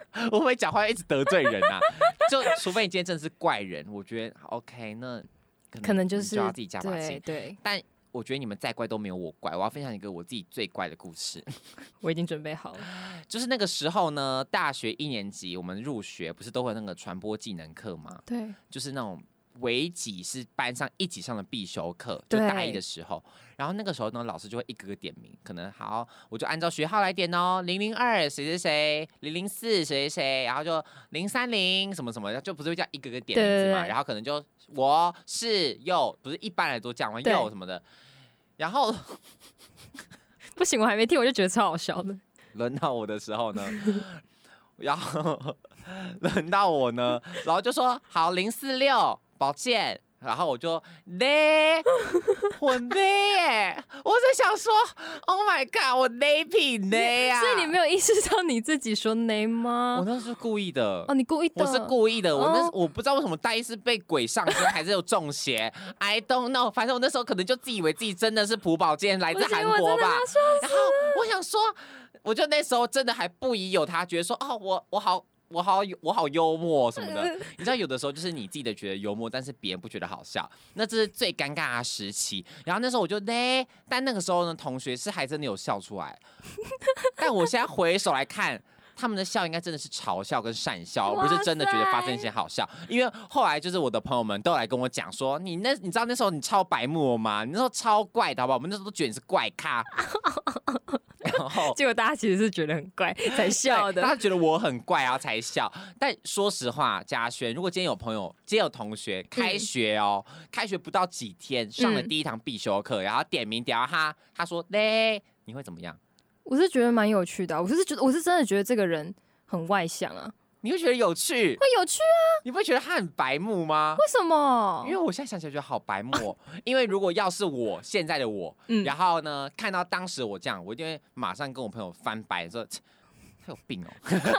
我会不会讲话一直得罪人啊？就除非你今天真的是怪人，我觉得 OK， 那可能, 可能就是就要自己加把劲。 对对， 但我觉得你们再怪都没有我怪。我要分享一个我自己最怪的故事。 我已经准备好了。 就是那个时候呢，大学一年级我们入学不是都会有那个传播技能课吗？ 对， 就是那种微几是班上一级上的必修课，就大一的时候。然后那个时候呢，老师就会一个个点名，可能好，我就按照学号来点哦，零零二谁谁谁，零零四谁谁谁，然后就零三零什么什么，就不是会这样一个个点名字嘛？然后可能就我是佑，不是一般来都这样吗？佑什么的。然后不行，我还没听，我就觉得超好笑的。 轮到我的时候呢，然后轮到我呢，然后就说好零四六，宝剑。然后我就勒，我勒耶！我在想说 ，Oh my god， 我勒屁勒啊！ 所以你没有意识到你自己说勒吗？ 我那是故意的。 哦，你故意的？ 我是故意的。我那、 哦、 我不知道为什么大一是被鬼上身，还是有中邪 ，I don't know。反正我那时候可能就自以为自己真的是朴宝剑来自韩国吧。然后我想说，我就那时候真的还不疑有他，觉得说哦，我我好。我好我好幽默什么的，你知道有的时候就是你自己的觉得幽默，但是别人不觉得好笑，那这是最尴尬的时期。然后那时候我就嘞，但那个时候呢，同学是还真的有笑出来，但我现在回首来看。他们的笑应该真的是嘲笑跟讪笑，而不是真的觉得发生一些好笑。因为后来就是我的朋友们都来跟我讲说，你那你知道那时候你超白目吗？你那时候超怪的好不好？我们那时候都觉得你是怪咖。然后结果大家其实是觉得很怪才笑的， 大家觉得我很怪然后才笑。但说实话，嘉轩，如果今天有朋友、今天有同学开学哦，嗯、开学不到几天上了第一堂必修课，嗯、然后点名点到他，他说嘞，你会怎么样？ 我是觉得蛮有趣的、啊，我是觉得我是真的觉得这个人很外向啊。 你会觉得有趣？ 会有趣啊！ 你不会觉得他很白目吗？ 为什么？ 因为我现在想起来觉得好白目、哦。因为如果要是我现在的我，嗯、然后呢看到当时我这样，我一定会马上跟我朋友翻白说他有病哦。可是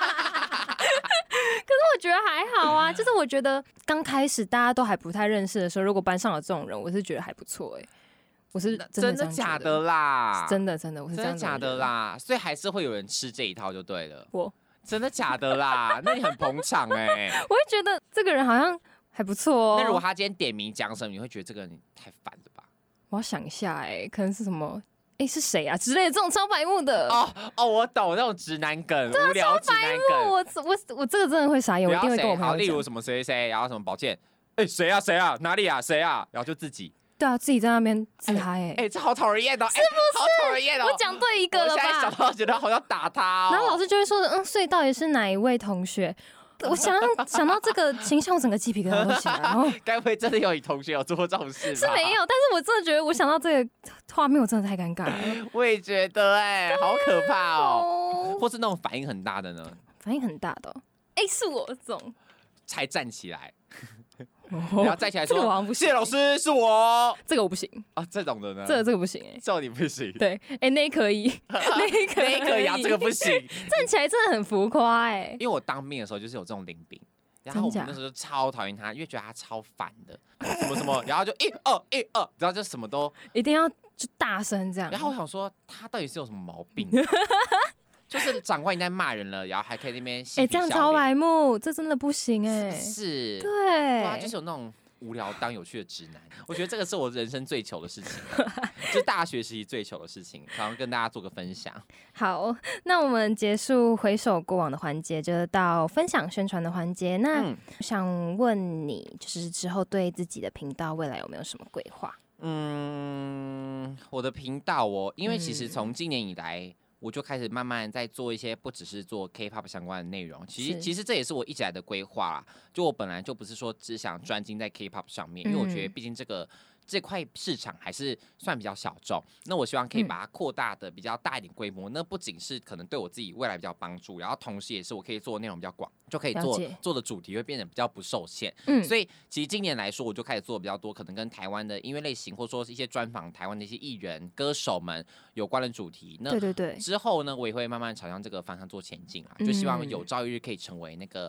我觉得还好啊，就是我觉得刚开始大家都还不太认识的时候，如果班上有这种人，我是觉得还不错哎、欸。我是真 的, 真的假的啦？ 真的真的，我是真的假的啦？所以还是会有人吃这一套就对了。 我真的假的啦？那你很捧场哎、欸。 我会觉得这个人好像还不错哦。 那如果他今天点名讲什么，你会觉得这个人太烦了吧？ 我要想一下哎、欸，可能是什么？哎、欸，是谁啊？之类的这种超白目的。 哦哦，我懂那种直男梗，无聊直男梗。 我我我这个真的会傻眼，我一定会跟我朋友讲。 例如什么谁谁，然后什么宝剑，哎、欸、谁啊谁啊哪里啊谁啊，然后就自己。 对啊，自己在那边自嗨哎， 哎，这好讨人厌哦， 是不是？ 好讨人厌哦！ 我讲对一个了吧？ 我现在想到觉得好像打他哦。 然后老师就会说，嗯，所以到底是哪一位同学？我想想到这个形象，我整个鸡皮疙瘩都起来。然后， 该不会真的有你同学有做过这种事吧？ 是没有，但是我真的觉得，我想到这个画面，我真的太尴尬了。 我也觉得哎、欸，好可怕哦。或是那种反应很大的呢？ 反应很大的、哦，哎、欸，是我这种才站起来。然后站起来说：“ 这个我好像不行， 谢老师是我。” 这个我不行啊，这种的呢？ 这个这个不行哎、欸， 这你不行。 对，哎、欸，那可以，那可以， 那可以啊，这个不行。 站起来真的很浮夸哎、欸。 因为我当兵的时候就是有这种林兵，然后我们那时候就超讨厌他，因为觉得他超烦的，什么什么，然后就一二一二，然后就什么都一定要就大声这样。 然后我想说，他到底是有什么毛病？就是长官已经在骂人了，然后还可以那边嬉皮笑脸， 哎，这样超白目，这真的不行哎、欸。 是， 对， 对啊，就是有那种无聊当有趣的直男。我觉得这个是我人生最糗的事情，就是大学时期最糗的事情，然后跟大家做个分享。 好，那我们结束回首过往的环节，就是到分享宣传的环节。那我想问你，就是之后对自己的频道未来有没有什么规划？ 嗯，我的频道哦，因为其实从今年以来。我就开始慢慢在做一些不只是做 K-pop 相关的内容，其实其实这也是我一直来的规划啦。就我本来就不是说只想专精在 K-pop 上面，因为我觉得毕竟这个这块市场还是算比较小众。那我希望可以把它扩大的比较大一点规模，那不仅是可能对我自己未来比较帮助，然后同时也是我可以做的内容比较广，就可以做做的主题会变得比较不受限。嗯，所以其实今年来说，我就开始做的比较多，可能跟台湾的音乐类型，或者说是一些专访台湾的一些艺人、歌手们有关的主题。那对对对， 之后呢，我也会慢慢朝向这个方向做前进啊，就希望有朝一日可以成为那个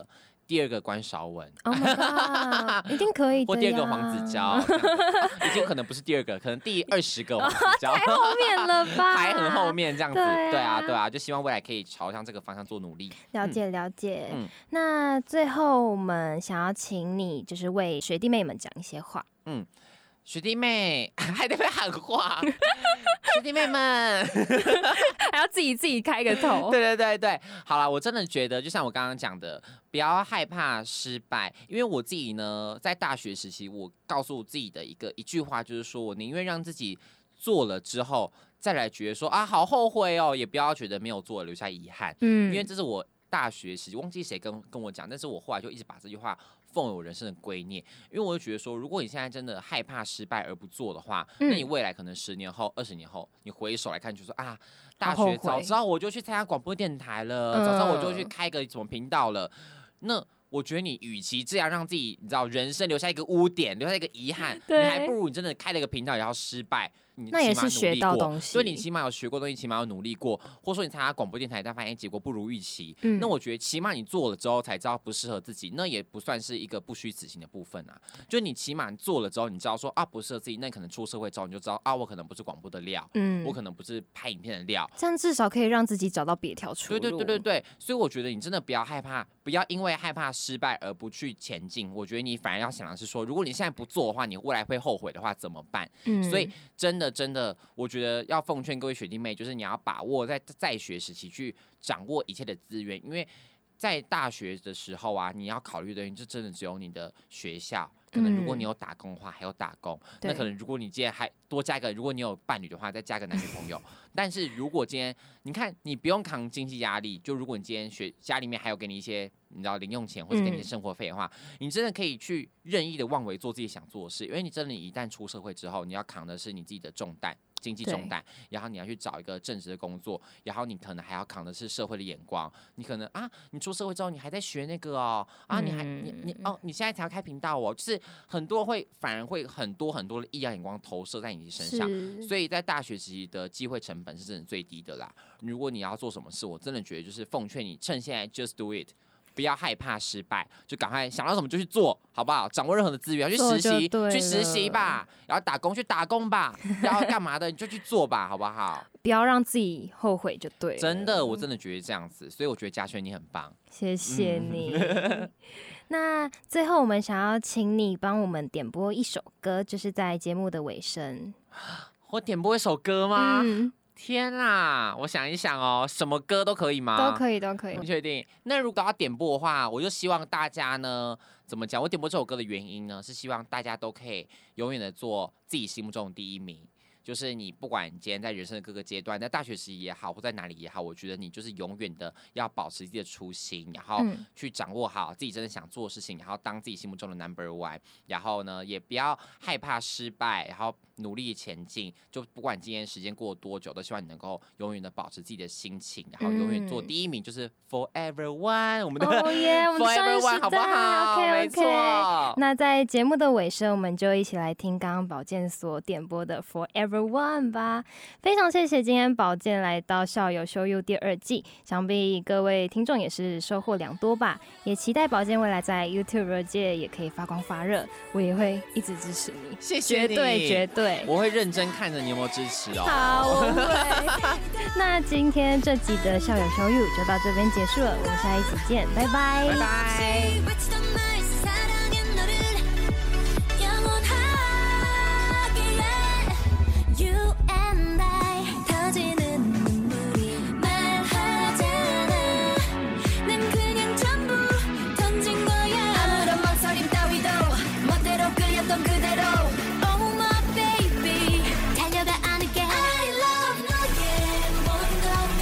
第二个关韶文 ，Oh my god， 一定可以的呀。 或第二个黄子佼，已经可能不是第二个，可能第二十个黄子佼， 太后面了吧？ 排很后面这样子， 对啊对啊，对啊，就希望未来可以朝向这个方向做努力。 了解了解。 嗯那最后我们想要请你，就是为学弟妹们讲一些话。 嗯，学弟妹还得被喊话，学弟妹们， 还要自己自己开个头。 对对对对，好啦，我真的觉得，就像我刚刚讲的，不要害怕失败，因为我自己呢，在大学时期，我告诉我自己的一个一句话，就是说我宁愿让自己做了之后，再来觉得说啊，好后悔哦，也不要觉得没有做留下遗憾， 嗯， 因为这是我大学时期忘记谁跟跟我讲，但是我后来就一直把这句话奉为我人生的圭臬，因为我就觉得说，如果你现在真的害怕失败而不做的话， 嗯那你未来可能十年后、二十年后，你回首来看，就说啊，大好后悔学早知道我就去参加广播电台了， 嗯早知道我就去开个什么频道了，那。我觉得你与其这样让自己，你知道人生留下一个污点，留下一个遗憾，你对还不如你真的开了一个频道，然后失败，你那也起码是学努力过到东西所以你起码有学过东西，起码有努力过，或者说你参加广播电台，但发现结果不如预期， 嗯那我觉得起码你做了之后才知道不适合自己，那也不算是一个不虚此行的部分啊。就你起码做了之后，你知道说啊不适合自己，那可能出社会之后你就知道啊，我可能不是广播的料， 嗯我可能不是拍影片的料。 这样至少可以让自己找到别条出路。 对对对对对，所以我觉得你真的不要害怕，不要因为害怕失败而不去前进。我觉得你反而要想的是说，如果你现在不做的话，你未来会后悔的话怎么办？ 嗯所以真的真的，我觉得要奉劝各位学弟妹，就是你要把握在在学时期去掌握一切的资源，因为在大学的时候啊，你要考虑的就真的只有你的学校。可能如果你有打工的话，还有打工。 对那可能如果你今天还多加一个，如果你有伴侣的话，再加个男女朋友。但是如果今天你看，你不用扛经济压力，就如果你今天学家里面还有给你一些你知道零用钱，或者给你一些生活费的话，嗯、你真的可以去任意的妄为做自己想做的事，因为你真的一旦出社会之后，你要扛的是你自己的重担。经济重担，然后你要去找一个正职的工作，然后你可能还要扛的是社会的眼光。你可能啊，你出社会之后，你还在学那个哦，啊，你还你你哦，你现在才要开频道哦，就是很多会反而会很多很多的异样眼光投射在你身上，所以在大学时期的机会成本是真的最低的啦。如果你要做什么事，我真的觉得就是奉劝你，趁现在 just do it。不要害怕失败，就赶快想到什么就去做，好不好？掌握任何的资源，去实习，去实习吧，然后打工去打工吧，然后干嘛的你就去做吧，好不好？ 不要让自己后悔就对了。 真的，我真的觉得这样子，所以我觉得嘉轩你很棒， 谢谢你。嗯、那最后我们想要请你帮我们点播一首歌，就是在节目的尾声。 我点播一首歌吗？ 嗯天啦，我想一想哦，什么歌都可以吗？ 都可以，都可以。 你确定？那如果要点播的话，我就希望大家呢，怎么讲？我点播这首歌的原因呢，是希望大家都可以永远的做自己心目中的第一名。就是你不管你今天在人生的各个阶段，在大学时期也好，或在哪里也好，我觉得你就是永远的要保持自己的初心，然后去掌握好自己真的想做的事情，然后当自己心目中的 number one， 然后呢，也不要害怕失败，然后努力前进。就不管今天时间过多久，都希望你能够永远的保持自己的心情，然后永远做第一名，就是 forever one， 我们的 oh yeah, forever one 好不好？ okay, okay. 没错。 那在节目的尾声，我们就一起来听刚刚宝剑所点播的 forever one 吧。非常谢谢今天宝剑来到校友show you第二季，想必各位听众也是收获良多吧。也期待宝剑未来在 YouTube 界也可以发光发热，我也会一直支持你， 谢谢你， 绝对绝对， 我会认真看着你有没有支持哦。 好，我会。那今天这集的校友show you就到这边结束了，我们下一集见，拜拜， 拜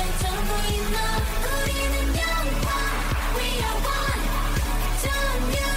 拜。We are one, don't you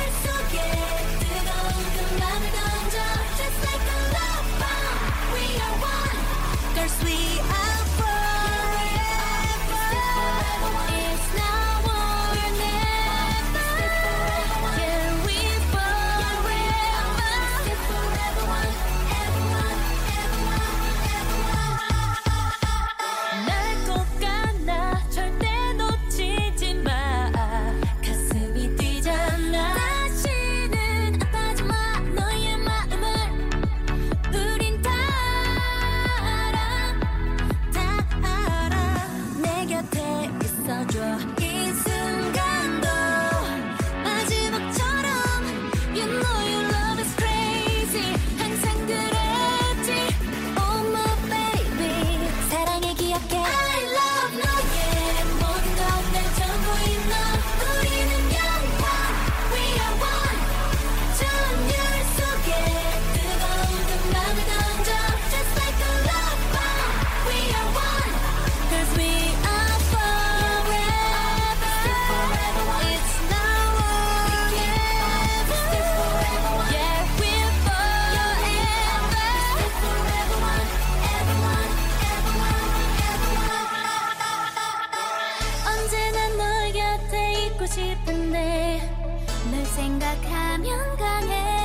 있어줘 이 순간도 마지막처럼 You know your love is crazy 항상 그랬지 Oh my baby 사랑해 기억해 I love 너의 모든 것 난 전부인 너 우리는 영원 We are one 전율 속에 뜨거운 그 맘을 던져 Just like a love bomb We are one Cause we are forever Still forever one It's now or never Still forever one Yeah we're forever Still forever one Ever one Ever one Ever one 언제나 널 곁에 있고 싶은데 널 생각하면 강해